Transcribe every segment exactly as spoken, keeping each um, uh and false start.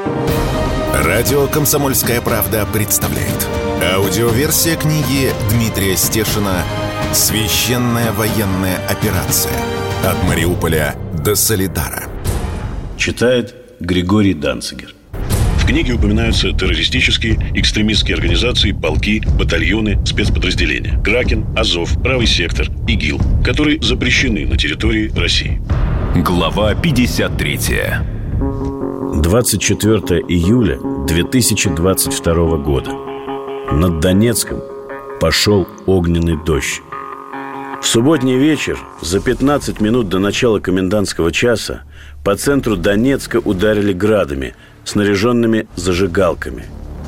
Радио «Комсомольская правда» представляет. Аудиоверсия книги Дмитрия Стешина «Священная военная операция. От Мариуполя до Солидара». Читает Григорий Данцигер. В книге упоминаются террористические, экстремистские организации, полки, батальоны, спецподразделения «Кракен», «Азов», «Правый сектор», «ИГИЛ», которые запрещены на территории России. Глава пятьдесят третья. двадцать четвёртого июля две тысячи двадцать второго года. Над Донецком пошел огненный дождь. В субботний вечер, за пятнадцать минут до начала комендантского часа, по центру Донецка ударили градами, снаряженными зажигалками.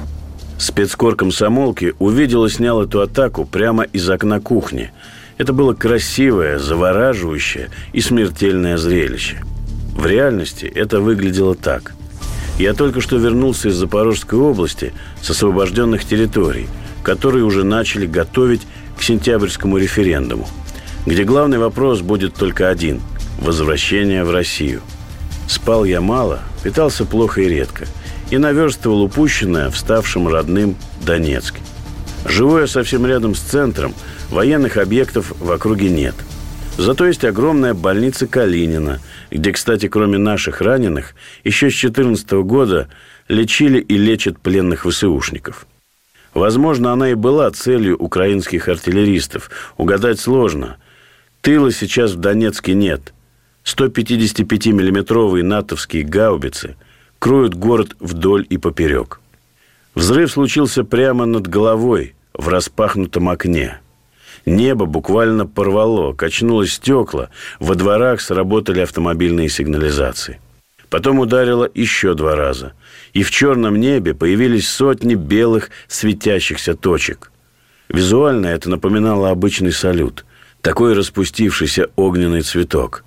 Спецкор комсомолки увидел и снял эту атаку прямо из окна кухни. Это было красивое, завораживающее и смертельное зрелище. В реальности это выглядело так. Я только что вернулся из Запорожской области с освобожденных территорий, которые уже начали готовить к сентябрьскому референдуму, где главный вопрос будет только один – возвращение в Россию. Спал я мало, питался плохо и редко, и наверстывал упущенное в ставшем родным Донецке. Живу я совсем рядом с центром, военных объектов в округе нет. Зато есть огромная больница Калинина, где, кстати, кроме наших раненых, еще с две тысячи четырнадцатого года лечили и лечат пленных ВСУшников. Возможно, она и была целью украинских артиллеристов. Угадать сложно. Тыла сейчас в Донецке нет. сто пятидесятипятимиллиметровые натовские гаубицы кроют город вдоль и поперек. Взрыв случился прямо над головой, в распахнутом окне. Небо буквально порвало, качнуло стекла, во дворах сработали автомобильные сигнализации. Потом ударило еще два раза, и в черном небе появились сотни белых светящихся точек. Визуально это напоминало обычный салют, такой распустившийся огненный цветок.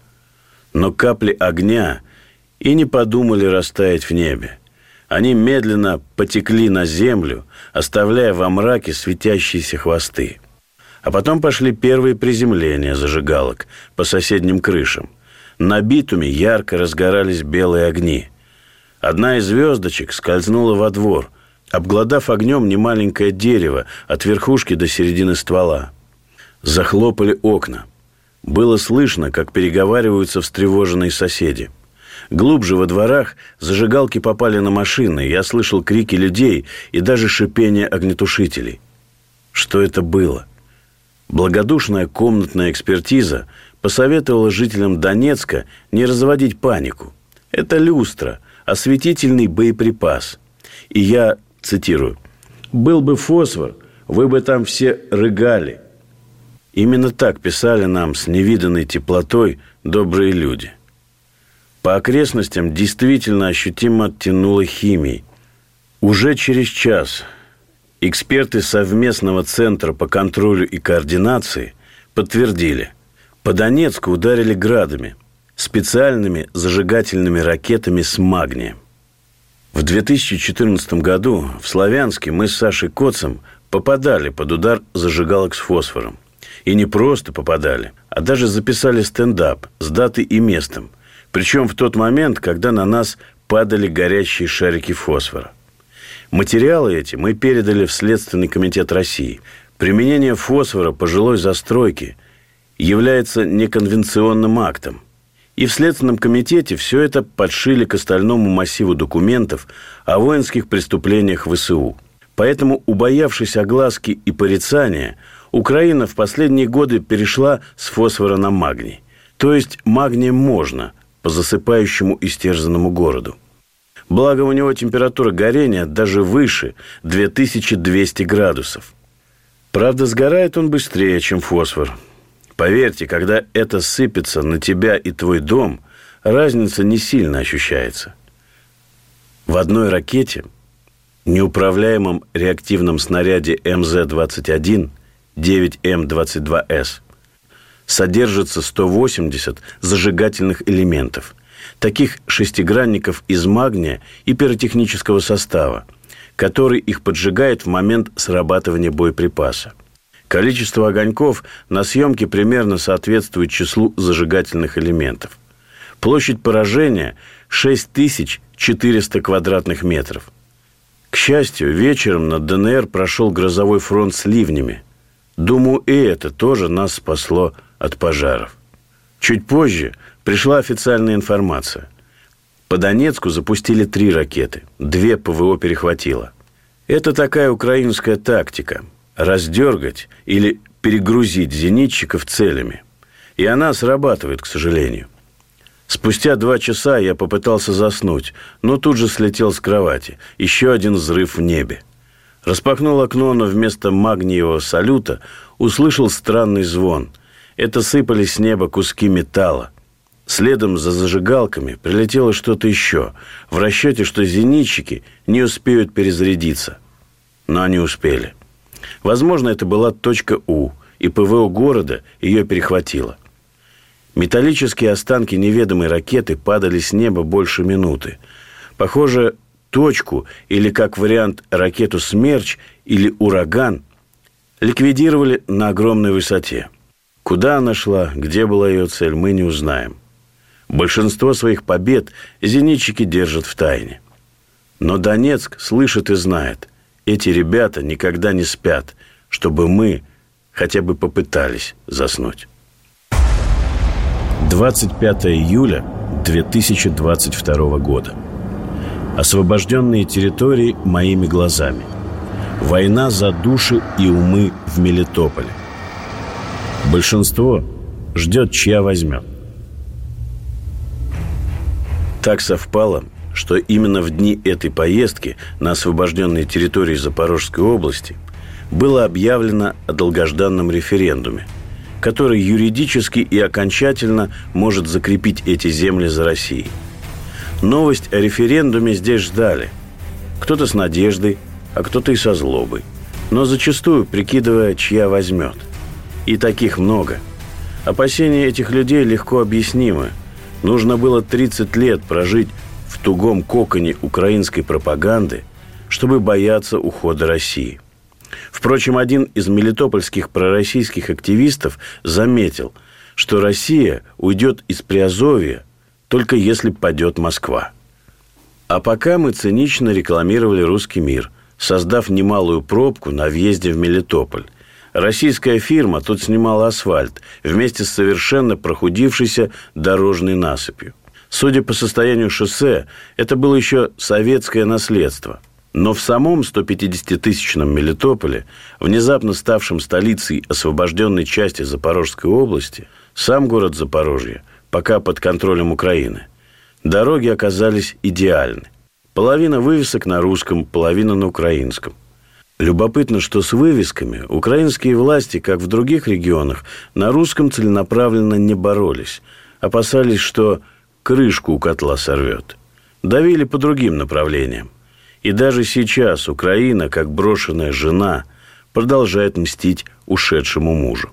Но капли огня и не подумали растаять в небе. Они медленно потекли на землю, оставляя во мраке светящиеся хвосты. А потом пошли первые приземления зажигалок по соседним крышам. На битуме ярко разгорались белые огни. Одна из звездочек скользнула во двор, обглодав огнем немаленькое дерево от верхушки до середины ствола. Захлопали окна. Было слышно, как переговариваются встревоженные соседи. Глубже во дворах зажигалки попали на машины. Я слышал крики людей и даже шипение огнетушителей. Что это было? Благодушная комнатная экспертиза посоветовала жителям Донецка не разводить панику. Это люстра, осветительный боеприпас. И я цитирую: «Был бы фосфор, вы бы там все рыгали». Именно так писали нам с невиданной теплотой добрые люди. По окрестностям действительно ощутимо оттянуло химией. Уже через час эксперты совместного центра по контролю и координации подтвердили: по Донецку ударили градами, специальными зажигательными ракетами с магнием. В две тысячи четырнадцатом году в Славянске мы с Сашей Коцем попадали под удар зажигалок с фосфором. И не просто попадали, а даже записали стендап с датой и местом. Причем в тот момент, когда на нас падали горящие шарики фосфора. Материалы эти мы передали в Следственный комитет России. Применение фосфора по жилой застройке является неконвенционным актом. И в Следственном комитете все это подшили к остальному массиву документов о воинских преступлениях ВСУ. Поэтому, убоявшись огласки и порицания, Украина в последние годы перешла с фосфора на магний. То есть магнием можно по засыпающему истерзанному городу. Благо у него температура горения даже выше две тысячи двести градусов. Правда, сгорает он быстрее, чем фосфор. Поверьте, когда это сыпется на тебя и твой дом, разница не сильно ощущается. В одной ракете, неуправляемом реактивном снаряде эм зэ двадцать один, девять эм двадцать два эс, содержится сто восемьдесят зажигательных элементов, таких шестигранников из магния и пиротехнического состава, который их поджигает в момент срабатывания боеприпаса. Количество огоньков на съемке примерно соответствует числу зажигательных элементов. Площадь поражения – шесть тысяч четыреста квадратных метров. К счастью, вечером над ДНР прошел грозовой фронт с ливнями. Думаю, и это тоже нас спасло от пожаров. Чуть позже пришла официальная информация. По Донецку запустили три ракеты, две ПВО перехватило. Это такая украинская тактика – раздергать или перегрузить зенитчиков целями. И она срабатывает, к сожалению. Спустя два часа я попытался заснуть, но тут же слетел с кровати. Еще один взрыв в небе. Распахнул окно, но вместо магниевого салюта услышал странный звон. Это сыпались с неба куски металла. Следом за зажигалками прилетело что-то еще, в расчете, что зенитчики не успеют перезарядиться. Но они успели. Возможно, это была точка У, и ПВО города ее перехватило. Металлические останки неведомой ракеты падали с неба больше минуты. Похоже, точку, или как вариант ракету «Смерч» или «Ураган», ликвидировали на огромной высоте. Куда она шла, где была ее цель, мы не узнаем. Большинство своих побед зенитчики держат в тайне. Но Донецк слышит и знает. Эти ребята никогда не спят, чтобы мы хотя бы попытались заснуть. двадцать пятого июля две тысячи двадцать второго года. Освобожденные территории моими глазами. Война за души и умы в Мелитополе. Большинство ждет, чья возьмет. Так совпало, что именно в дни этой поездки на освобожденные территории Запорожской области было объявлено о долгожданном референдуме, который юридически и окончательно может закрепить эти земли за Россией. Новость о референдуме здесь ждали. Кто-то с надеждой, а кто-то и со злобой. Но зачастую прикидывая, чья возьмет. И таких много. Опасения этих людей легко объяснимы. Нужно было тридцать лет прожить в тугом коконе украинской пропаганды, чтобы бояться ухода России. Впрочем, один из мелитопольских пророссийских активистов заметил, что Россия уйдет из Приазовья только если падет Москва. А пока мы цинично рекламировали русский мир, создав немалую пробку на въезде в Мелитополь. Российская фирма тут снимала асфальт вместе с совершенно прохудившейся дорожной насыпью. Судя по состоянию шоссе, это было еще советское наследство. Но в самом сто пятидесятитысячном Мелитополе, внезапно ставшем столицей освобожденной части Запорожской области, сам город Запорожье пока под контролем Украины, дороги оказались идеальны. Половина вывесок на русском, половина на украинском. Любопытно, что с вывесками украинские власти, как в других регионах, на русском целенаправленно не боролись. Опасались, что крышку у котла сорвет. Давили по другим направлениям. И даже сейчас Украина, как брошенная жена, продолжает мстить ушедшему мужу.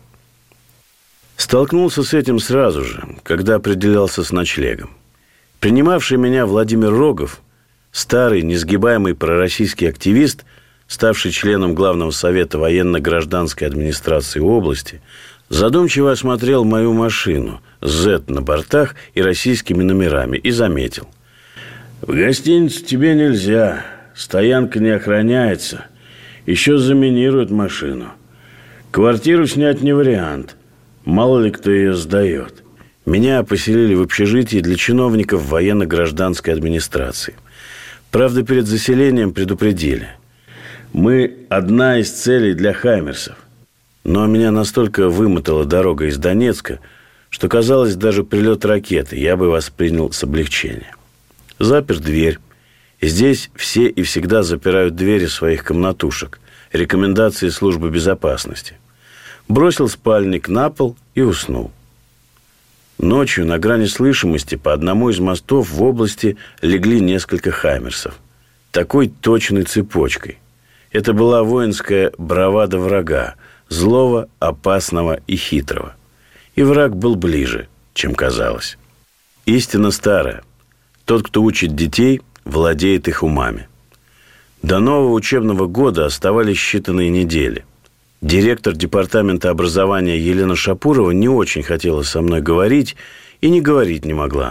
Столкнулся с этим сразу же, когда определялся с ночлегом. Принимавший меня Владимир Рогов, старый, несгибаемый пророссийский активист, ставший членом Главного совета военно-гражданской администрации области, задумчиво осмотрел мою машину «З» на бортах и российскими номерами и заметил: «В гостиницу тебе нельзя, стоянка не охраняется, еще заминируют машину. Квартиру снять не вариант, мало ли кто ее сдает». Меня поселили в общежитии для чиновников военно-гражданской администрации. Правда, перед заселением предупредили: мы одна из целей для хаймерсов. Но меня настолько вымотала дорога из Донецка, что, казалось, даже прилет ракеты я бы воспринял с облегчением. Запер дверь. Здесь все и всегда запирают двери своих комнатушек. Рекомендации службы безопасности. Бросил спальник на пол и уснул. Ночью на грани слышимости по одному из мостов в области легли несколько хаймерсов. Такой точной цепочкой. Это была воинская бравада врага, злого, опасного и хитрого. И враг был ближе, чем казалось. Истина старая. Тот, кто учит детей, владеет их умами. До нового учебного года оставались считанные недели. Директор департамента образования Елена Шапурова не очень хотела со мной говорить и не говорить не могла.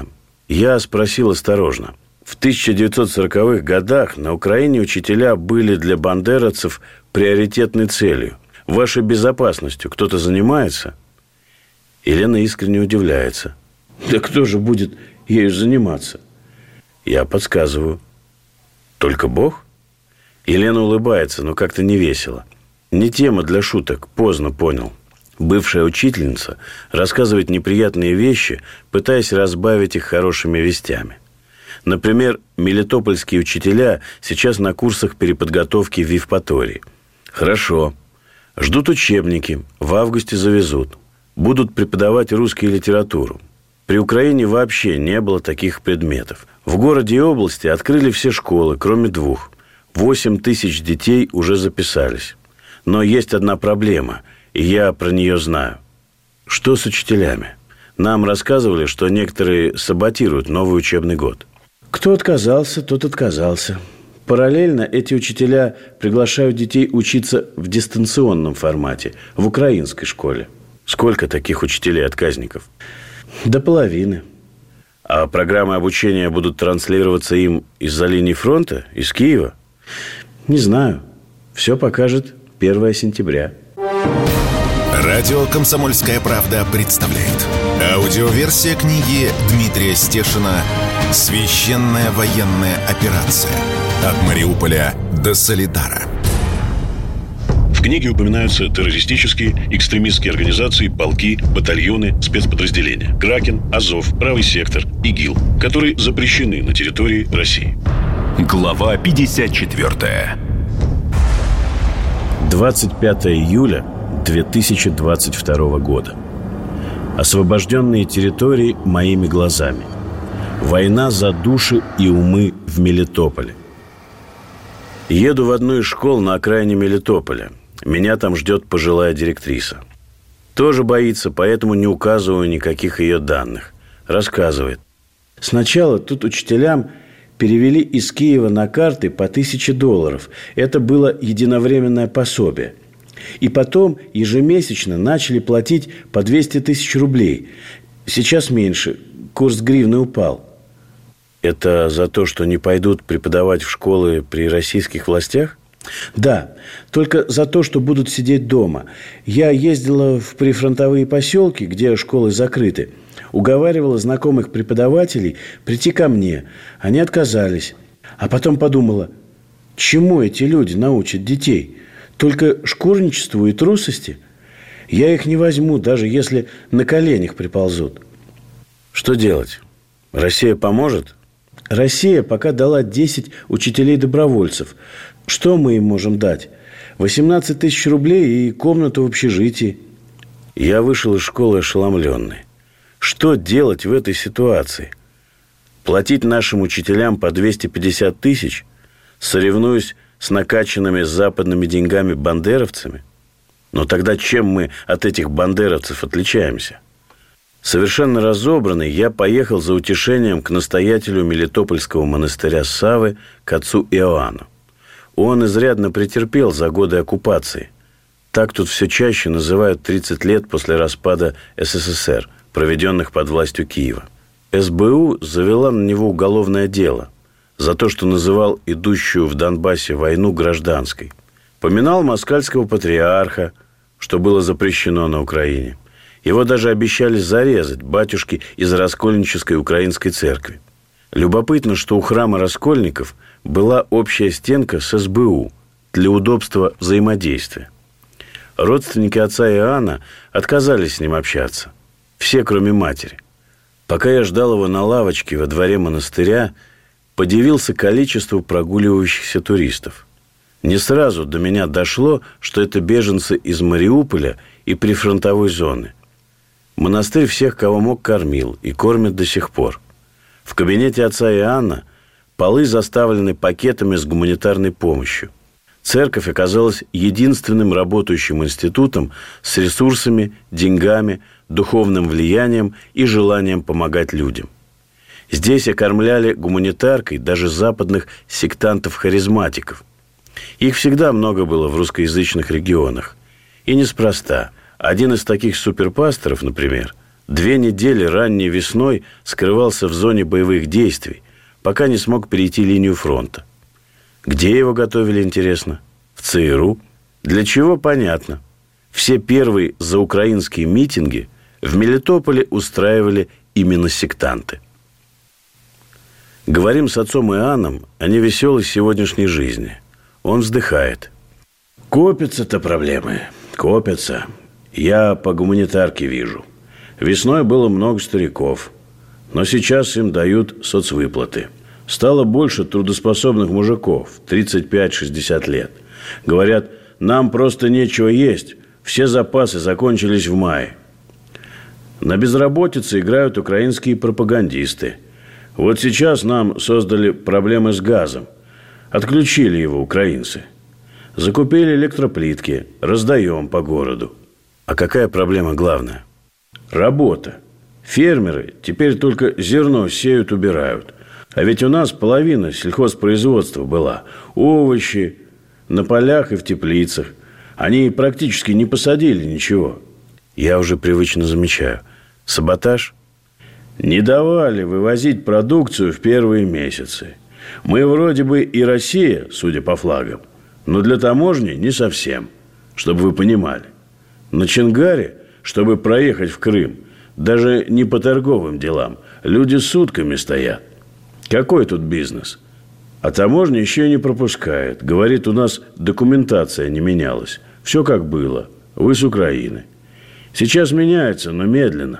Я спросил осторожно. В тысяча девятьсот сороковых годах на Украине учителя были для бандеровцев приоритетной целью. Вашей безопасностью кто-то занимается? Елена искренне удивляется. Да кто же будет ею заниматься? Я подсказываю. Только Бог? Елена улыбается, но как-то невесело. Не тема для шуток, поздно понял. Бывшая учительница рассказывает неприятные вещи, пытаясь разбавить их хорошими вестями. Например, мелитопольские учителя сейчас на курсах переподготовки в Евпатории. Хорошо. Ждут учебники. В августе завезут. Будут преподавать русскую литературу. При Украине вообще не было таких предметов. В городе и области открыли все школы, кроме двух. Восемь тысяч детей уже записались. Но есть одна проблема, и я про нее знаю. Что с учителями? Нам рассказывали, что некоторые саботируют новый учебный год. Кто отказался, тот отказался. Параллельно эти учителя приглашают детей учиться в дистанционном формате, в украинской школе. Сколько таких учителей-отказников? До половины. А программы обучения будут транслироваться им из-за линии фронта, из Киева? Не знаю. Все покажет первое сентября. Радио «Комсомольская правда» представляет. Аудиоверсия книги Дмитрия Стешина «Священная военная операция. От Мариуполя до Солидара». В книге упоминаются террористические, экстремистские организации, полки, батальоны, спецподразделения. Кракен, Азов, Правый сектор, ИГИЛ, которые запрещены на территории России. Глава пятьдесят четвёртая. двадцать пятого июля две тысячи двадцать второго года. Освобожденные территории моими глазами. Война за души и умы в Мелитополе. Еду в одну из школ на окраине Мелитополя. Меня там ждет пожилая директриса. Тоже боится, поэтому не указываю никаких ее данных. Рассказывает. Сначала тут учителям перевели из Киева на карты по тысяче долларов. Это было единовременное пособие. И потом ежемесячно начали платить по двести тысяч рублей. Сейчас меньше. Курс гривны упал. Это за то, что не пойдут преподавать в школы при российских властях? Да, только за то, что будут сидеть дома. Я ездила в прифронтовые поселки, где школы закрыты. Уговаривала знакомых преподавателей прийти ко мне. Они отказались. А потом подумала, чему эти люди научат детей? Только шкурничеству и трусости? Я их не возьму, даже если на коленях приползут. Что делать? Россия поможет? Россия пока дала десять учителей-добровольцев. Что мы им можем дать? восемнадцать тысяч рублей и комнату в общежитии. Я вышел из школы ошеломленный. Что делать в этой ситуации? Платить нашим учителям по двести пятьдесят тысяч, соревнуясь с накачанными западными деньгами бандеровцами? Но тогда чем мы от этих бандеровцев отличаемся? Совершенно разобранный, я поехал за утешением к настоятелю Мелитопольского монастыря Саввы, к отцу Иоанну. Он изрядно претерпел за годы оккупации. Так тут все чаще называют тридцать лет после распада СССР, проведенных под властью Киева. СБУ завела на него уголовное дело за то, что называл идущую в Донбассе войну гражданской. Поминал москальского патриарха, что было запрещено на Украине. Его даже обещали зарезать батюшки из раскольнической украинской церкви. Любопытно, что у храма раскольников была общая стенка с СБУ для удобства взаимодействия. Родственники отца Иоанна отказались с ним общаться. Все, кроме матери. Пока я ждал его на лавочке во дворе монастыря, подивился количеству прогуливающихся туристов. Не сразу до меня дошло, что это беженцы из Мариуполя и прифронтовой зоны. Монастырь всех, кого мог, кормил и кормит до сих пор. В кабинете отца Иоанна полы заставлены пакетами с гуманитарной помощью. Церковь оказалась единственным работающим институтом с ресурсами, деньгами, духовным влиянием и желанием помогать людям. Здесь окормляли гуманитаркой даже западных сектантов-харизматиков. Их всегда много было в русскоязычных регионах. И неспроста. Один из таких суперпасторов, например, Две недели ранней весной скрывался в зоне боевых действий, пока не смог перейти линию фронта. Где его готовили, интересно? В ЦРУ? Для чего, понятно. Все первые заукраинские митинги в Мелитополе устраивали именно сектанты. Говорим с отцом Иоанном о невеселой сегодняшней жизни. Он вздыхает. Копятся-то проблемы, копятся. Я по гуманитарке вижу. Весной было много стариков, но сейчас им дают соцвыплаты. Стало больше трудоспособных мужиков, тридцать пять - шестьдесят лет. Говорят, нам просто нечего есть, все запасы закончились в мае. На безработице играют украинские пропагандисты. Вот сейчас нам создали проблемы с газом. Отключили его украинцы. Закупили электроплитки, раздаем по городу. А какая проблема главная? Работа. Фермеры теперь только зерно сеют, убирают. А ведь у нас половина сельхозпроизводства была. Овощи на полях и в теплицах. Они практически не посадили ничего. Я уже привычно замечаю. Саботаж? Не давали вывозить продукцию в первые месяцы. Мы вроде бы и Россия, судя по флагам, но для таможни не совсем. Чтобы вы понимали. На Чингаре, чтобы проехать в Крым, даже не по торговым делам, люди сутками стоят. Какой тут бизнес? А таможня еще и не пропускает. Говорит, у нас документация не менялась. Все как было. Вы с Украины. Сейчас меняется, но медленно.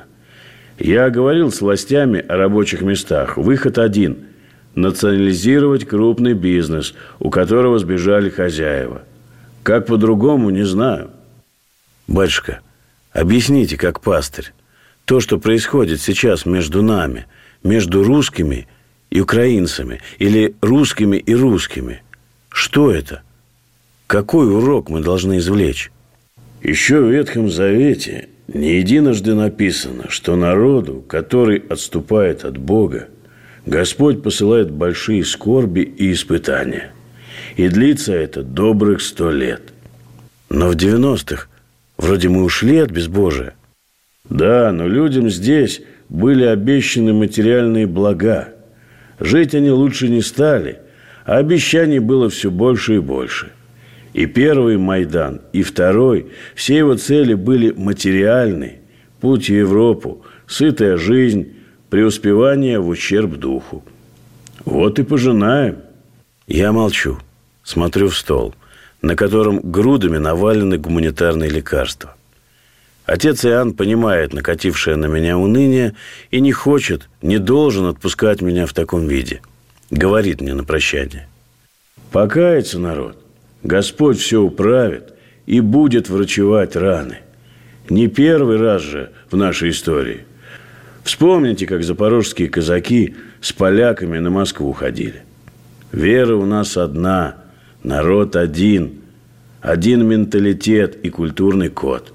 Я говорил с властями о рабочих местах. Выход один – национализировать крупный бизнес, у которого сбежали хозяева. Как по-другому, не знаю. Батюшка, объясните, как пастырь, то, что происходит сейчас между нами, между русскими и украинцами, или русскими и русскими. Что это? Какой урок мы должны извлечь? Еще в Ветхом Завете не единожды написано, что народу, который отступает от Бога, Господь посылает большие скорби и испытания. И длится это добрых сто лет. Но в девяностых вроде мы ушли от безбожия. Да, но людям здесь были обещаны материальные блага. Жить они лучше не стали, а обещаний было все больше и больше. И первый Майдан, и второй, все его цели были материальные. Путь в Европу, сытая жизнь, преуспевание в ущерб духу. Вот и пожинаем. Я молчу, смотрю в стол, на котором грудами навалены гуманитарные лекарства. Отец Иоанн понимает накатившее на меня уныние и не хочет, не должен отпускать меня в таком виде. Говорит мне на прощание. Покается народ. Господь все управит и будет врачевать раны. Не первый раз же в нашей истории. Вспомните, как запорожские казаки с поляками на Москву ходили. Вера у нас одна, народ один, один менталитет и культурный код.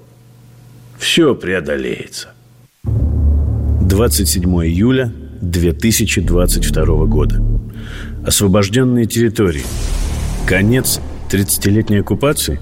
Все преодолеется. двадцать седьмого июля две тысячи двадцать второго года. Освобожденные территории. Конец тридцатилетней оккупации.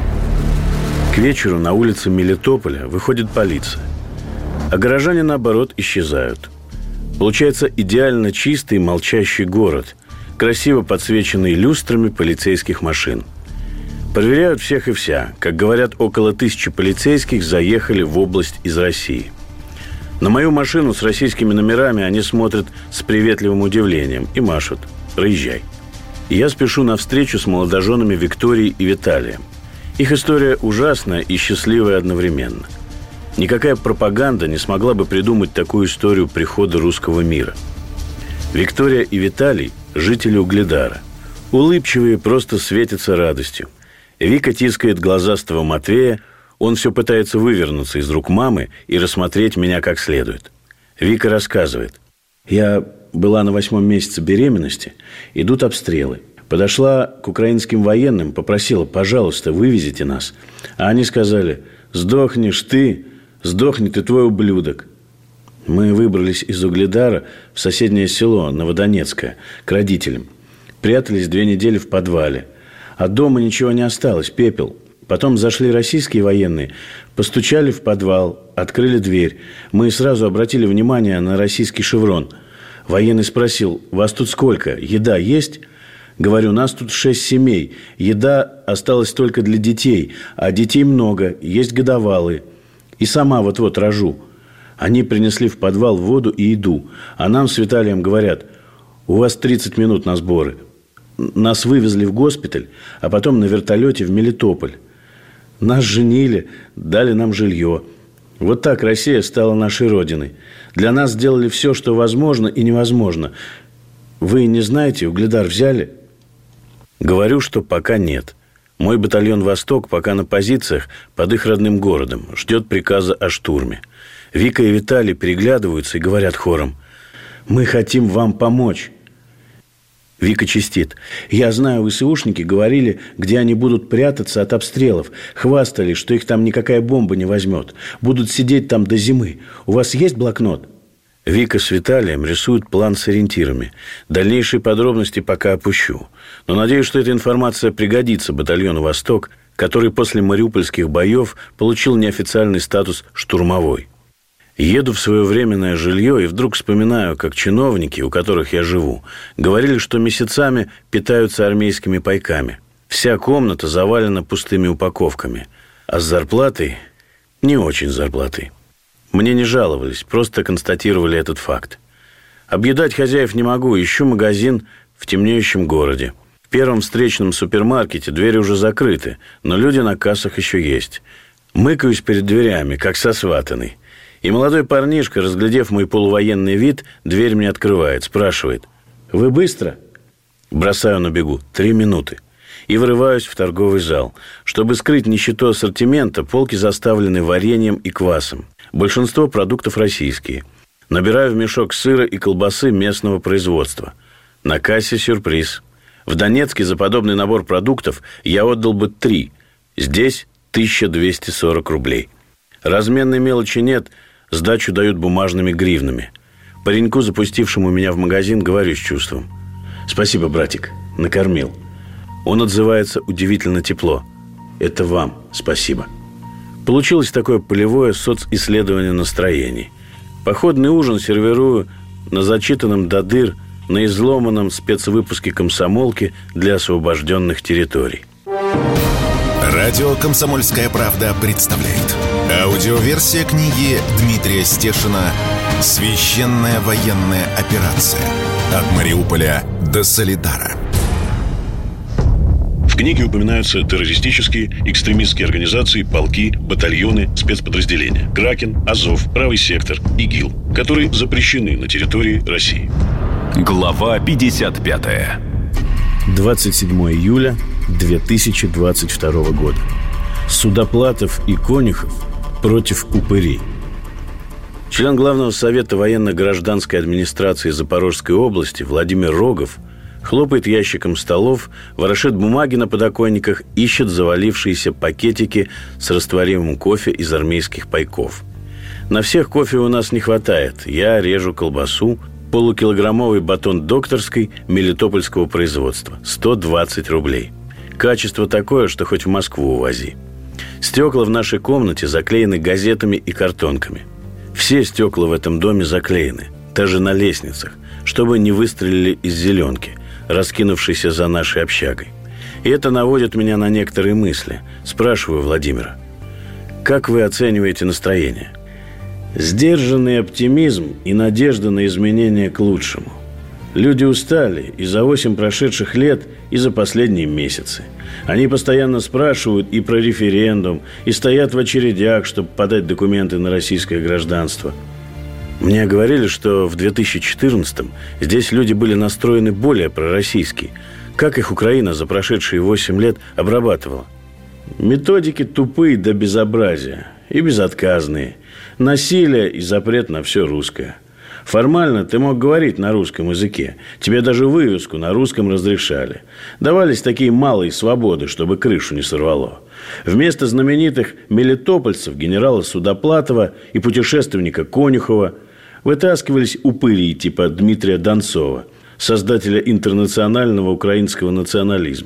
К вечеру на улице Мелитополя выходит полиция, а горожане, наоборот, исчезают. Получается идеально чистый молчащий город, красиво подсвеченный люстрами полицейских машин. Проверяют всех и вся. Как говорят, около тысячи полицейских заехали в область из России. На мою машину с российскими номерами они смотрят с приветливым удивлением и машут: «Проезжай». И я спешу навстречу с молодоженами Викторией и Виталием. Их история ужасная и счастливая одновременно. Никакая пропаганда не смогла бы придумать такую историю прихода русского мира. Виктория и Виталий – жители Угледара. Улыбчивые, просто светятся радостью. Вика тискает глазастого Матвея. Он все пытается вывернуться из рук мамы и рассмотреть меня как следует. Вика рассказывает. Я была на восьмом месяце беременности. Идут обстрелы. Подошла к украинским военным, попросила: пожалуйста, вывезите нас. А они сказали: сдохнешь ты, сдохнет и твой ублюдок. Мы выбрались из Угледара в соседнее село Новодонецкое к родителям. Прятались две недели в подвале. А дома ничего не осталось, пепел. Потом зашли российские военные, постучали в подвал, открыли дверь. Мы сразу обратили внимание на российский шеврон. Военный спросил: «Вас тут сколько? Еда есть?» Говорю: «Нас тут шесть семей. Еда осталась только для детей, а детей много, есть годовалые. И сама вот-вот рожу». Они принесли в подвал воду и еду, а нам с Виталием говорят: «У вас тридцать минут на сборы». Нас вывезли в госпиталь, а потом на вертолете в Мелитополь. Нас женили, дали нам жилье. Вот так Россия стала нашей родиной. Для нас сделали все, что возможно и невозможно. Вы не знаете, Угледар взяли? Говорю, что пока нет. Мой батальон «Восток» пока на позициях под их родным городом. Ждет приказа о штурме. Вика и Виталий переглядываются и говорят хором: «Мы хотим вам помочь». Вика чистит: «Я знаю, ВСУшники говорили, где они будут прятаться от обстрелов. Хвастались, что их там никакая бомба не возьмет. Будут сидеть там до зимы. У вас есть блокнот?» Вика с Виталием рисуют план с ориентирами. Дальнейшие подробности пока опущу. Но надеюсь, что эта информация пригодится батальону «Восток», который после мариупольских боев получил неофициальный статус «штурмовой». Еду в свое временное жилье и вдруг вспоминаю, как чиновники, у которых я живу, говорили, что месяцами питаются армейскими пайками. Вся комната завалена пустыми упаковками. А с зарплатой не очень зарплатой. Мне не жаловались, просто констатировали этот факт. Объедать хозяев не могу, ищу магазин в темнеющем городе. В первом встречном супермаркете двери уже закрыты, но люди на кассах еще есть. Мыкаюсь перед дверями, как сосватанный. И молодой парнишка, разглядев мой полувоенный вид, дверь мне открывает, спрашивает: «Вы быстро?» Бросаю на бегу: «Три минуты». И врываюсь в торговый зал. Чтобы скрыть нищету ассортимента, полки заставлены вареньем и квасом. Большинство продуктов российские. Набираю в мешок сыра и колбасы местного производства. На кассе сюрприз. В Донецке за подобный набор продуктов я отдал бы три. Здесь тысяча двести сорок рублей. Разменной мелочи нет, сдачу дают бумажными гривнами. Пареньку, запустившему меня в магазин, говорю с чувством: «Спасибо, братик, накормил». Он отзывается удивительно тепло: «Это вам спасибо». Получилось такое полевое социсследование настроений. Походный ужин сервирую на зачитанном до дыр, на изломанном спецвыпуске «Комсомолки» для освобожденных территорий. Радио «Комсомольская правда» представляет аудиоверсия книги Дмитрия Стешина «Священная военная операция. От Мариуполя до Солидара». В книге упоминаются террористические, экстремистские организации, полки, батальоны, спецподразделения «Кракен», «Азов», «Правый сектор», «ИГИЛ», которые запрещены на территории России. Глава пятьдесят пятая. двадцать седьмого июля две тысячи двадцать второго года. Судоплатов и Конюхов против упырей. Член Главного совета военно-гражданской администрации Запорожской области Владимир Рогов хлопает ящиком столов, ворошит бумаги на подоконниках, ищет завалившиеся пакетики с растворимым кофе из армейских пайков. На всех кофе у нас не хватает. Я режу колбасу. Полукилограммовый батон докторской мелитопольского производства. сто двадцать рублей. Качество такое, что хоть в Москву увози. Стекла в нашей комнате заклеены газетами и картонками. Все стекла в этом доме заклеены, даже на лестницах, чтобы не выстрелили из зеленки, раскинувшейся за нашей общагой. И это наводит меня на некоторые мысли. Спрашиваю Владимира: «Как вы оцениваете настроение?» Сдержанный оптимизм и надежда на изменения к лучшему. Люди устали и за восемь прошедших лет, и за последние месяцы. Они постоянно спрашивают и про референдум, и стоят в очередях, чтобы подать документы на российское гражданство. Мне говорили, что в две тысячи четырнадцатом здесь люди были настроены более пророссийски. Как их Украина за прошедшие восемь лет обрабатывала? Методики тупые до безобразия и безотказные. Насилие и запрет на все русское. Формально ты мог говорить на русском языке. Тебе даже вывеску на русском разрешали. Давались такие малые свободы, чтобы крышу не сорвало. Вместо знаменитых мелитопольцев генерала Судоплатова и путешественника Конюхова вытаскивались упыри типа Дмитрия Донцова, создателя интернационального украинского национализма.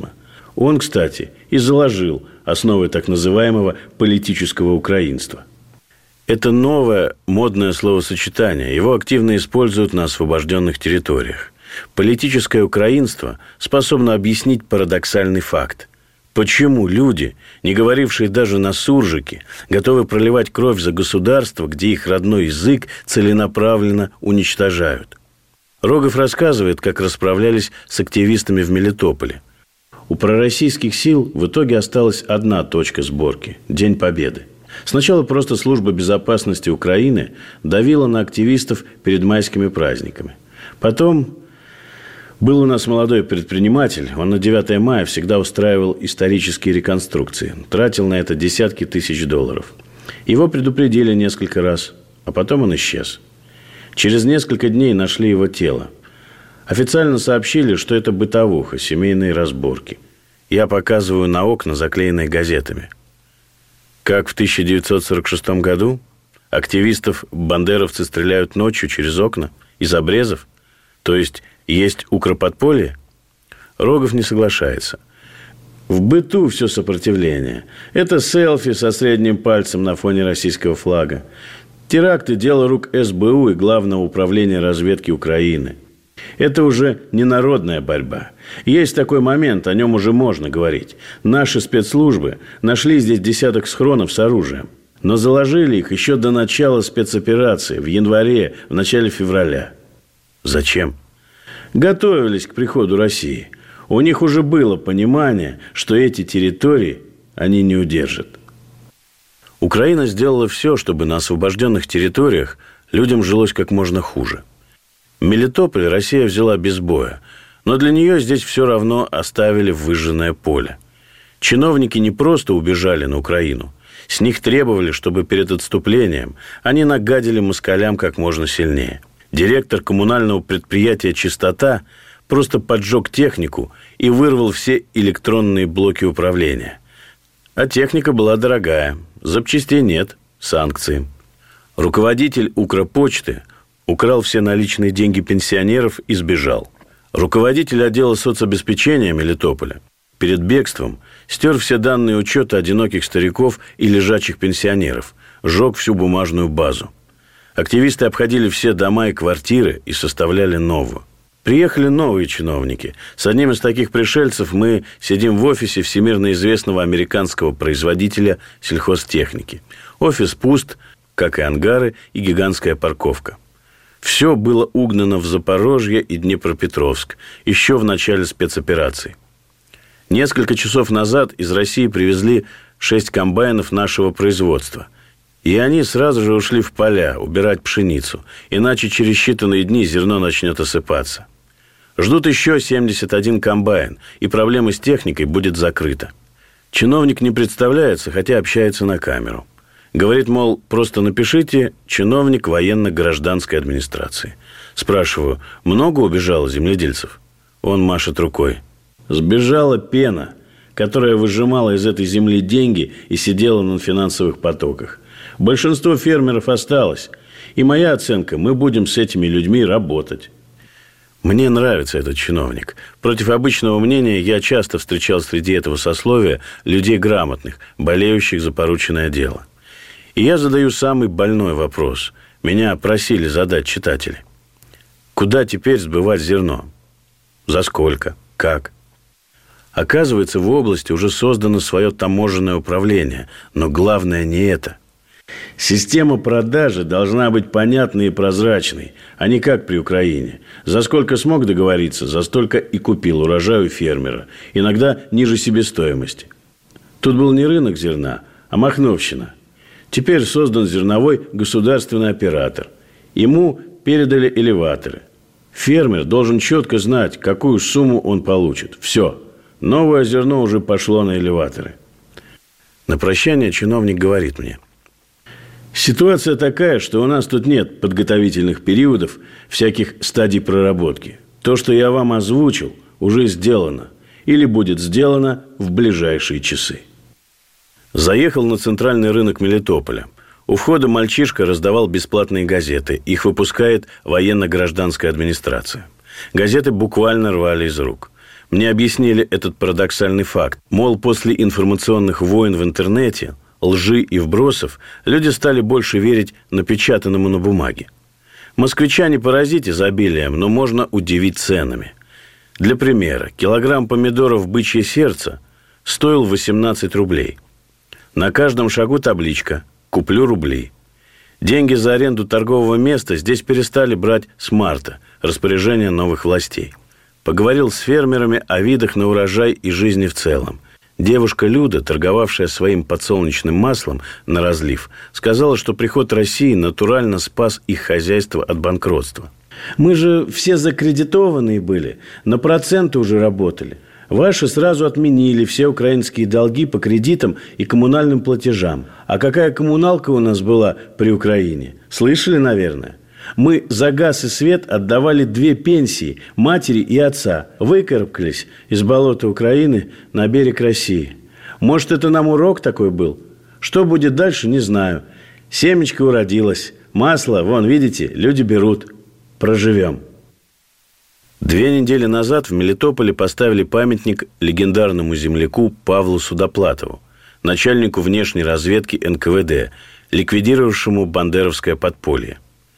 Он, кстати, и заложил основы так называемого политического украинства. Это новое модное словосочетание. Его активно используют на освобожденных территориях. Политическое украинство способно объяснить парадоксальный факт. Почему люди, не говорившие даже на суржике, готовы проливать кровь за государство, где их родной язык целенаправленно уничтожают? Рогов рассказывает, как расправлялись с активистами в Мелитополе. У пророссийских сил в итоге осталась одна точка сборки – День Победы. Сначала просто служба безопасности Украины давила на активистов перед майскими праздниками. Потом был у нас молодой предприниматель, он на девятое мая всегда устраивал исторические реконструкции, тратил на это десятки тысяч долларов. Его предупредили несколько раз, а потом он исчез. Через несколько дней нашли его тело. Официально сообщили, что это бытовуха, семейные разборки. Я показываю на окна, заклеенные газетами. Как в тысяча девятьсот сорок шестом году активистов бандеровцы стреляют ночью через окна из обрезов, то есть есть укроподполье? Рогов не соглашается. В быту все сопротивление. Это селфи со средним пальцем на фоне российского флага. Теракты – дело рук эс бэ у и Главного управления разведки Украины. Это уже не народная борьба. Есть такой момент, о нем уже можно говорить. Наши спецслужбы нашли здесь десяток схронов с оружием. Но заложили их еще до начала спецоперации, в январе, в начале февраля. Зачем? Готовились к приходу России. У них уже было понимание, что эти территории они не удержат. Украина сделала все, чтобы на освобожденных территориях людям жилось как можно хуже. Мелитополь Россия взяла без боя, но для нее здесь все равно оставили выжженное поле. Чиновники не просто убежали на Украину. С них требовали, чтобы перед отступлением они нагадили москалям как можно сильнее. Директор коммунального предприятия «Чистота» просто поджег технику и вырвал все электронные блоки управления. А техника была дорогая, запчастей нет, санкции. Руководитель Укрпочты украл все наличные деньги пенсионеров и сбежал. Руководитель отдела соцобеспечения Мелитополя перед бегством стер все данные учета одиноких стариков и лежачих пенсионеров, сжег всю бумажную базу. Активисты обходили все дома и квартиры и составляли новую. Приехали новые чиновники. С одним из таких пришельцев мы сидим в офисе всемирно известного американского производителя сельхозтехники. Офис пуст, как и ангары и гигантская парковка. Все было угнано в Запорожье и Днепропетровск еще в начале спецоперации. Несколько часов назад из России привезли шесть комбайнов нашего производства. И они сразу же ушли в поля убирать пшеницу, иначе через считанные дни зерно начнет осыпаться. Ждут еще семьдесят один комбайн, и проблема с техникой будет закрыта. Чиновник не представляется, хотя общается на камеру. Говорит, мол, просто напишите «чиновник военно-гражданской администрации». Спрашиваю, много убежало земледельцев? Он машет рукой. Сбежала пена, которая выжимала из этой земли деньги и сидела на финансовых потоках. Большинство фермеров осталось. И моя оценка, мы будем с этими людьми работать. Мне нравится этот чиновник. Против обычного мнения я часто встречал среди этого сословия людей грамотных, болеющих за порученное дело. И я задаю самый больной вопрос. Меня просили задать читатели. Куда теперь сбывать зерно? За сколько? Как? Оказывается, в области уже создано свое таможенное управление. Но главное не это. Система продажи должна быть понятной и прозрачной, а не как при Украине. За сколько смог договориться, за столько и купил урожай у фермера. Иногда ниже себестоимости. Тут был не рынок зерна, а махновщина. Теперь создан зерновой государственный оператор. Ему передали элеваторы. Фермер должен четко знать, какую сумму он получит. Все. Новое зерно уже пошло на элеваторы. На прощание чиновник говорит мне: ситуация такая, что у нас тут нет подготовительных периодов, всяких стадий проработки. То, что я вам озвучил, уже сделано. Или будет сделано в ближайшие часы. Заехал на центральный рынок Мелитополя. У входа мальчишка раздавал бесплатные газеты. Их выпускает военно-гражданская администрация. Газеты буквально рвали из рук. Мне объяснили этот парадоксальный факт. Мол, после информационных войн в интернете, лжи и вбросов, люди стали больше верить напечатанному на бумаге. Москвича не поразить изобилием, но можно удивить ценами. Для примера, килограмм помидоров «Бычье сердце» стоил восемнадцать рублей. На каждом шагу табличка «Куплю рубли». Деньги за аренду торгового места здесь перестали брать с марта, распоряжение новых властей. Поговорил с фермерами о видах на урожай и жизни в целом. Девушка Люда, торговавшая своим подсолнечным маслом на разлив, сказала, что приход России натурально спас их хозяйство от банкротства. «Мы же все закредитованные были, на проценты уже работали. Ваши сразу отменили все украинские долги по кредитам и коммунальным платежам. А какая коммуналка у нас была при Украине? Слышали, наверное? Мы за газ и свет отдавали две пенсии матери и отца. Выкарабкались из болота Украины на берег России. Может, это нам урок такой был? Что будет дальше, не знаю. Семечко уродилось. Масло, вон, видите, люди берут. Проживем». Две недели назад в Мелитополе поставили памятник легендарному земляку Павлу Судоплатову, начальнику внешней разведки эн ка вэ дэ, ликвидировавшему бандеровское подполье.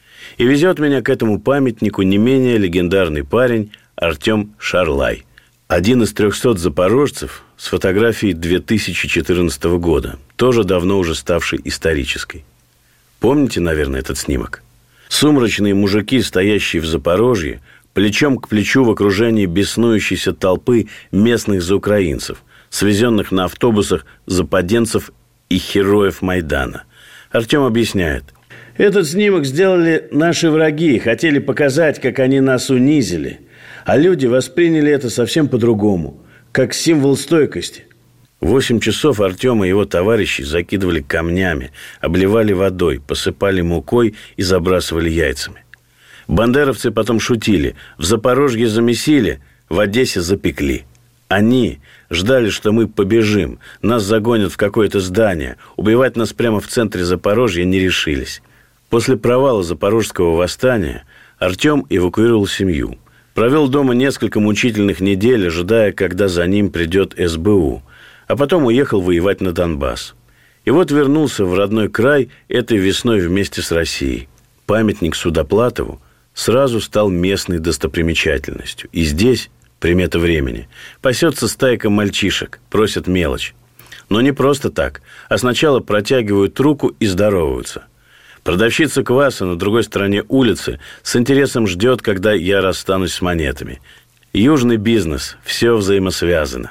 И везет меня к этому памятнику не менее легендарный парень Артем Шарлай, один из трехсот запорожцев с фотографией две тысячи четырнадцатого года, тоже давно уже ставшей исторической. Помните, наверное, этот снимок? Сумрачные мужики, стоящие в Запорожье, плечом к плечу в окружении беснующейся толпы местных заукраинцев, свезенных на автобусах западенцев и героев Майдана. Артем объясняет. Этот снимок сделали наши враги, хотели показать, как они нас унизили. А люди восприняли это совсем по-другому, как символ стойкости. Восемь часов Артем и его товарищи закидывали камнями, обливали водой, посыпали мукой и забрасывали яйцами. Бандеровцы потом шутили. В Запорожье замесили, в Одессе запекли. Они ждали, что мы побежим, нас загонят в какое-то здание. Убивать нас прямо в центре Запорожья не решились. После провала Запорожского восстания Артем эвакуировал семью. Провел дома несколько мучительных недель, ожидая, когда за ним придет эс бэ у. А потом уехал воевать на Донбасс. И вот вернулся в родной край этой весной вместе с Россией. Памятник Судоплатову сразу стал местной достопримечательностью. И здесь, примета времени, пасется стайка мальчишек, просят мелочь. Но не просто так, а сначала протягивают руку и здороваются. Продавщица кваса на другой стороне улицы с интересом ждет, когда я расстанусь с монетами. Южный бизнес, все взаимосвязано.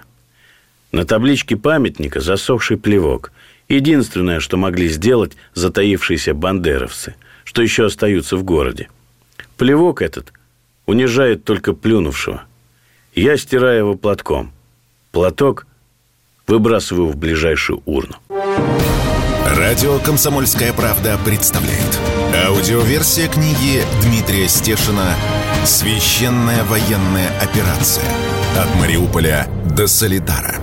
На табличке памятника засохший плевок. Единственное, что могли сделать затаившиеся бандеровцы, что еще остаются в городе. Плевок этот унижает только плюнувшего. Я стираю его платком. Платок выбрасываю в ближайшую урну. Радио «Комсомольская правда» представляет. Аудиоверсия книги Дмитрия Стешина «Священная военная операция. От Мариуполя до Солидара».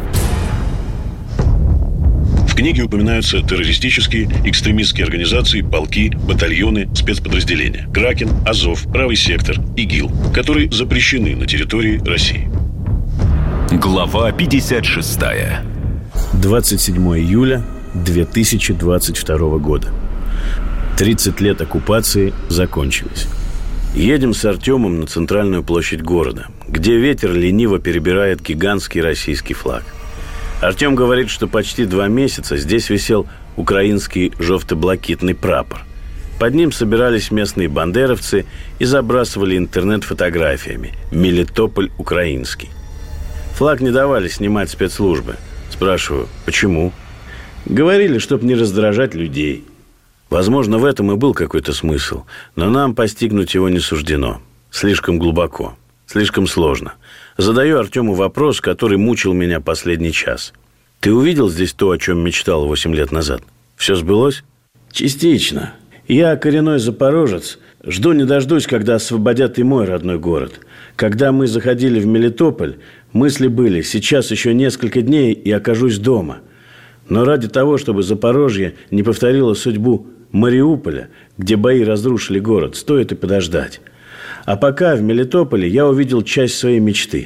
В книге упоминаются террористические, экстремистские организации, полки, батальоны, спецподразделения. Кракен, Азов, Правый сектор, ИГИЛ, которые запрещены на территории России. Глава пятьдесят шестая. двадцать седьмого июля две тысячи двадцать второго года. тридцать лет оккупации закончились. Едем с Артемом на центральную площадь города, где ветер лениво перебирает гигантский российский флаг. Артем говорит, что почти два месяца здесь висел украинский жовто-блакитный прапор. Под ним собирались местные бандеровцы и забрасывали интернет фотографиями «Мелитополь украинский». Флаг не давали снимать спецслужбы. Спрашиваю, почему? Говорили, чтоб не раздражать людей. Возможно, в этом и был какой-то смысл, но нам постигнуть его не суждено. Слишком глубоко, слишком сложно. Задаю Артему вопрос, который мучил меня последний час. Ты увидел здесь то, о чем мечтал восемь лет назад? Все сбылось? Частично. Я коренной запорожец. Жду не дождусь, когда освободят и мой родной город. Когда мы заходили в Мелитополь, мысли были: сейчас еще несколько дней и окажусь дома. Но ради того, чтобы Запорожье не повторило судьбу Мариуполя, где бои разрушили город, стоит и подождать. А пока в Мелитополе я увидел часть своей мечты.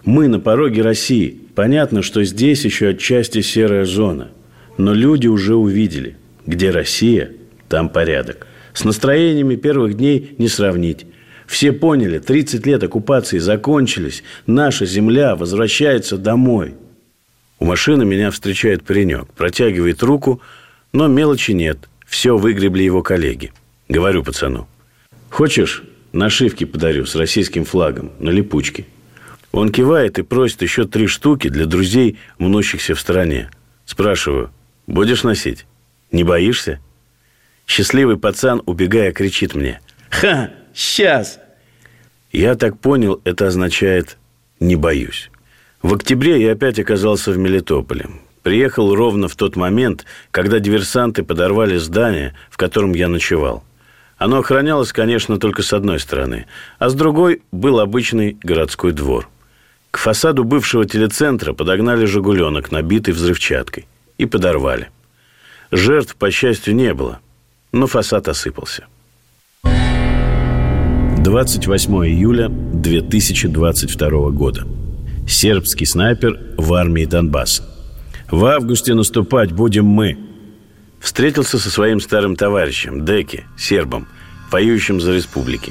Мы на пороге России. Понятно, что здесь еще отчасти серая зона. Но люди уже увидели, где Россия, там порядок. С настроениями первых дней не сравнить. Все поняли, тридцать лет оккупации закончились. Наша земля возвращается домой. У машины меня встречает паренек. Протягивает руку, но мелочи нет. Все выгребли его коллеги. Говорю пацану: хочешь, нашивки подарю с российским флагом на липучке? Он кивает и просит еще три штуки для друзей, мнущихся в стороне. Спрашиваю: будешь носить? Не боишься? Счастливый пацан, убегая, кричит мне: ха, сейчас! Я так понял, это означает «не боюсь». В октябре я опять оказался в Мелитополе. Приехал ровно в тот момент, когда диверсанты подорвали здание, в котором я ночевал. Оно охранялось, конечно, только с одной стороны, а с другой был обычный городской двор. К фасаду бывшего телецентра подогнали «Жигуленок», набитый взрывчаткой, и подорвали. Жертв, по счастью, не было, но фасад осыпался. двадцать восьмого июля две тысячи двадцать второго года. Сербский снайпер в армии Донбасса. В августе наступать будем мы. Встретился со своим старым товарищем, Деки, сербом, воюющим за республики.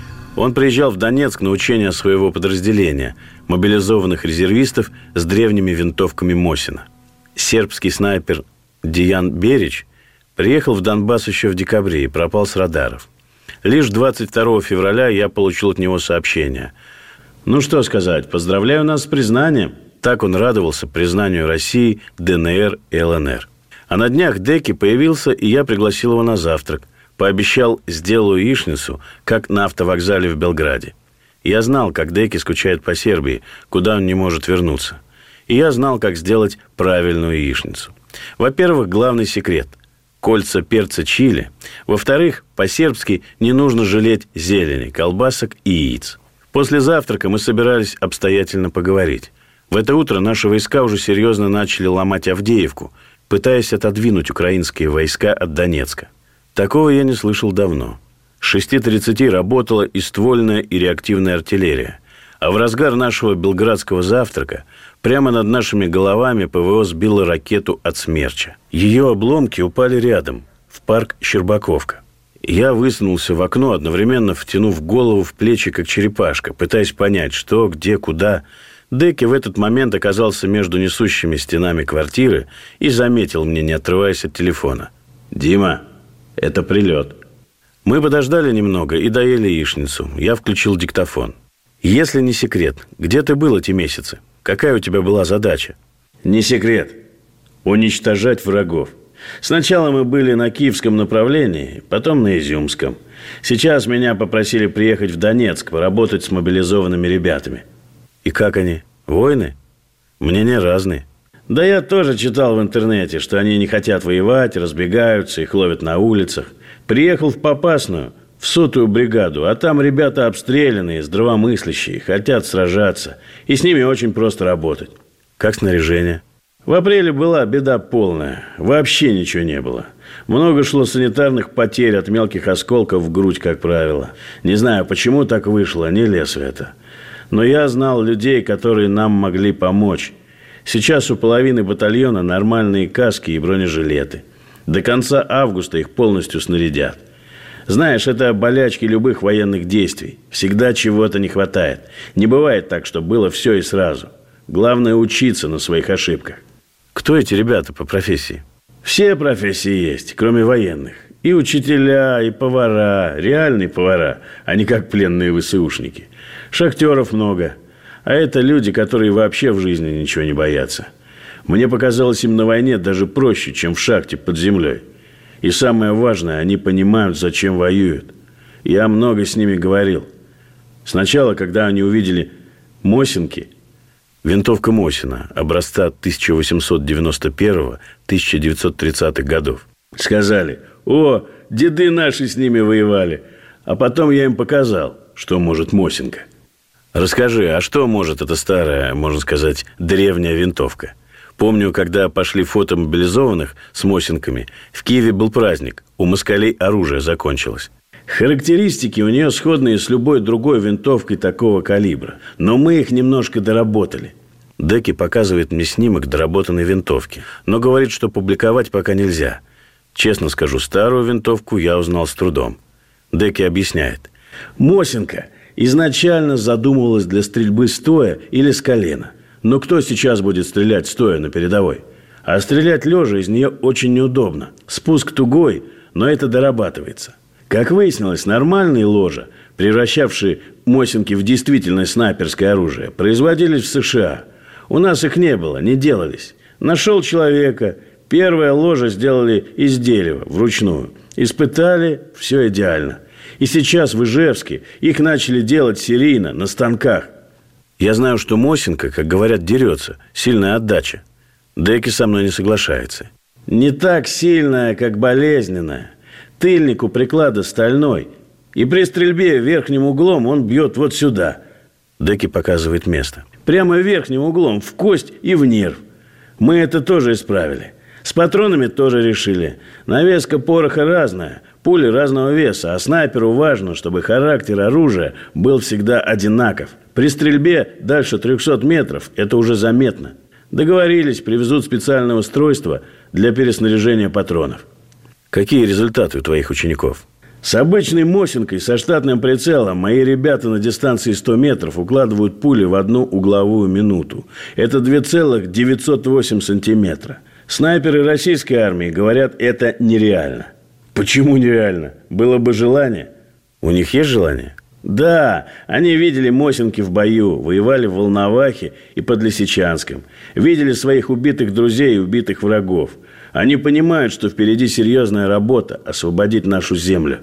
Он приезжал в Донецк на учения своего подразделения, мобилизованных резервистов с древними винтовками Мосина. Сербский снайпер Диан Берич приехал в Донбасс еще в декабре и пропал с радаров. Лишь двадцать второго февраля я получил от него сообщение. Ну что сказать, поздравляю нас с признанием. Так он радовался признанию России, ДНР и ЛНР. А на днях Деки появился, и я пригласил его на завтрак. Пообещал, сделаю яичницу, как на автовокзале в Белграде. Я знал, как Деки скучает по Сербии, куда он не может вернуться. И я знал, как сделать правильную яичницу. Во-первых, главный секрет – кольца перца чили. Во-вторых, по-сербски не нужно жалеть зелени, колбасок и яиц. После завтрака мы собирались обстоятельно поговорить. В это утро наши войска уже серьезно начали ломать Авдеевку, пытаясь отодвинуть украинские войска от Донецка. Такого я не слышал давно. С шести тридцати работала и ствольная, и реактивная артиллерия. А в разгар нашего белградского завтрака прямо над нашими головами ПВО сбило ракету от «Смерча». Ее обломки упали рядом, в парк Щербаковка. Я высунулся в окно, одновременно втянув голову в плечи, как черепашка, пытаясь понять, что, где, куда. Деки в этот момент оказался между несущими стенами квартиры и заметил мне, не отрываясь от телефона: «Дима, это прилет». Мы подождали немного и доели яичницу. Я включил диктофон. «Если не секрет, где ты был эти месяцы? Какая у тебя была задача?» «Не секрет. Уничтожать врагов. Сначала мы были на киевском направлении, потом на изюмском. Сейчас меня попросили приехать в Донецк, поработать с мобилизованными ребятами». «И как они? Воины?» «Мнения разные». «Да я тоже читал в интернете, что они не хотят воевать, разбегаются, их ловят на улицах. Приехал в Попасную, в сотую бригаду, а там ребята обстрелянные, здравомыслящие, хотят сражаться. И с ними очень просто работать». «Как снаряжение?» «В апреле была беда полная. Вообще ничего не было. Много шло санитарных потерь от мелких осколков в грудь, как правило. Не знаю, почему так вышло, не лез в это. Но я знал людей, которые нам могли помочь. Сейчас у половины батальона нормальные каски и бронежилеты. До конца августа их полностью снарядят. Знаешь, это болячки любых военных действий. Всегда чего-то не хватает. Не бывает так, что было все и сразу. Главное учиться на своих ошибках». «Кто эти ребята по профессии?» «Все профессии есть, кроме военных. И учителя, и повара, реальные повара, а не как пленные ВСУшники. Шахтеров много. А это люди, которые вообще в жизни ничего не боятся. Мне показалось, им на войне даже проще, чем в шахте под землей. И самое важное, они понимают, зачем воюют. Я много с ними говорил. Сначала, когда они увидели Мосинки, винтовка Мосина, образца тысяча восемьсот девяносто первого — тысяча девятьсот тридцатых годов, сказали: «О, деды наши с ними воевали». А потом я им показал, что может Мосинка. Расскажи, а что может эта старая, можно сказать, древняя винтовка? Помню, когда пошли фото мобилизованных с Мосинками, в Киеве был праздник, у москалей оружие закончилось. Характеристики у нее сходные с любой другой винтовкой такого калибра. Но мы их немножко доработали. Деки показывает мне снимок доработанной винтовки, но говорит, что публиковать пока нельзя. Честно скажу, старую винтовку я узнал с трудом. Деки объясняет. Мосинка изначально задумывалась для стрельбы стоя или с колена. Но кто сейчас будет стрелять стоя на передовой? А стрелять лежа из нее очень неудобно. Спуск тугой, но это дорабатывается. Как выяснилось, нормальные ложа, превращавшие Мосинки в действительно снайперское оружие, производились в США. У нас их не было, не делались. Нашел человека, первое ложе сделали из дерева, вручную. Испытали, все идеально. И сейчас в Ижевске их начали делать серийно, на станках. Я знаю, что Мосинка, как говорят, дерется, сильная отдача. Деки со мной не соглашается. Не так сильная, как болезненная. Тыльник у приклада стальной. И при стрельбе верхним углом он бьет вот сюда. Деки показывает место. Прямо верхним углом, в кость и в нерв. Мы это тоже исправили. С патронами тоже решили. Навеска пороха разная, пули разного веса, а снайперу важно, чтобы характер оружия был всегда одинаков. При стрельбе дальше трехсот метров это уже заметно. Договорились, привезут специальное устройство для переснаряжения патронов. Какие результаты у твоих учеников? С обычной Мосинкой со штатным прицелом мои ребята на дистанции сто метров укладывают пули в одну угловую минуту. Это два целых девятьсот восемь сантиметра. Снайперы российской армии говорят, это нереально. Почему нереально? Было бы желание. У них есть желание? Да, они видели Мосинки в бою, воевали в Волновахе и под Лисичанском. Видели своих убитых друзей и убитых врагов. Они понимают, что впереди серьезная работа – освободить нашу землю.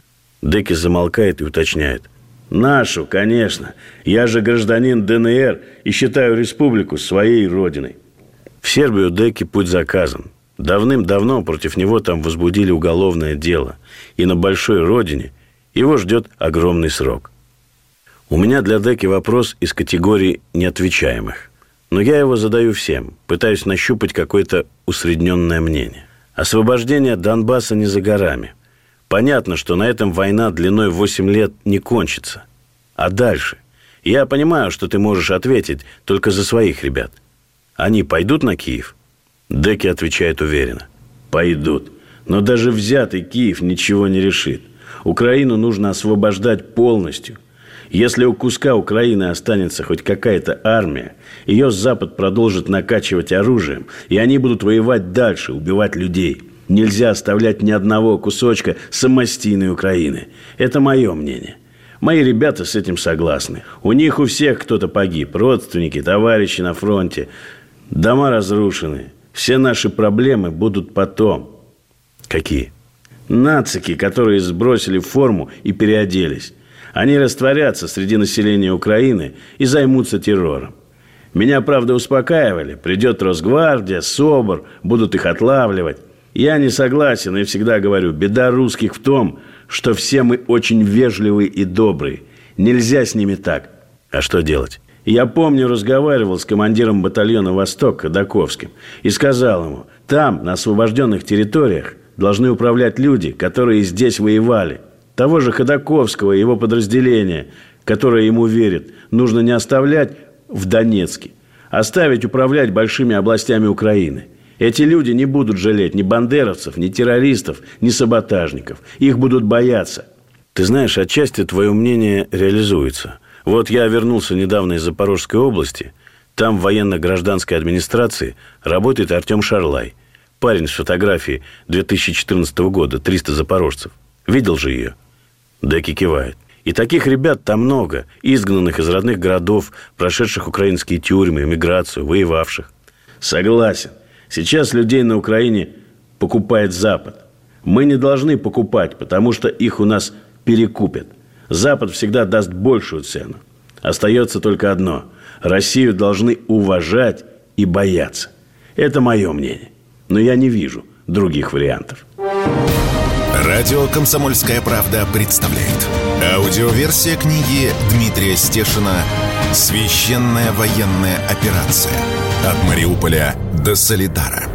Деки замолкает и уточняет. Нашу, конечно. Я же гражданин ДНР и считаю республику своей родиной. В Сербию Деки путь заказан. Давным-давно против него там возбудили уголовное дело. И на большой родине его ждет огромный срок. У меня для Деки вопрос из категории неотвечаемых. Но я его задаю всем, пытаюсь нащупать какое-то усредненное мнение. Освобождение Донбасса не за горами. Понятно, что на этом война длиной в восемь лет не кончится. А дальше? Я понимаю, что ты можешь ответить только за своих ребят. Они пойдут на Киев? Деки отвечает уверенно. Пойдут. Но даже взятый Киев ничего не решит. Украину нужно освобождать полностью. Если у куска Украины останется хоть какая-то армия, ее Запад продолжит накачивать оружием, и они будут воевать дальше, убивать людей. Нельзя оставлять ни одного кусочка самостийной Украины. Это мое мнение. Мои ребята с этим согласны. У них у всех кто-то погиб. Родственники, товарищи на фронте. Дома разрушены. Все наши проблемы будут потом. Какие? Нацики, которые сбросили форму и переоделись. Они растворятся среди населения Украины и займутся террором. Меня, правда, успокаивали. Придет Росгвардия, СОБР, будут их отлавливать. Я не согласен и всегда говорю, беда русских в том, что все мы очень вежливые и добрые. Нельзя с ними так. А что делать? Я помню, разговаривал с командиром батальона «Восток» Ходаковским и сказал ему, там, на освобожденных территориях, должны управлять люди, которые здесь воевали. Того же Ходаковского и его подразделения, которое ему верит, нужно не оставлять в Донецке, а ставить управлять большими областями Украины. Эти люди не будут жалеть ни бандеровцев, ни террористов, ни саботажников. Их будут бояться. Ты знаешь, отчасти твое мнение реализуется. Вот я вернулся недавно из Запорожской области. Там в военно-гражданской администрации работает Артем Шарлай. Парень с фотографии две тысячи четырнадцатого года, триста запорожцев. Видел же ее? Деки кивает. И таких ребят там много, изгнанных из родных городов, прошедших украинские тюрьмы, эмиграцию, воевавших. Согласен. Сейчас людей на Украине покупает Запад. Мы не должны покупать, потому что их у нас перекупят. Запад всегда даст большую цену. Остается только одно. Россию должны уважать и бояться. Это мое мнение. Но я не вижу других вариантов. Радио «Комсомольская правда» представляет. Аудиоверсия книги Дмитрия Стешина «Священная военная операция. От Мариуполя до Солидара».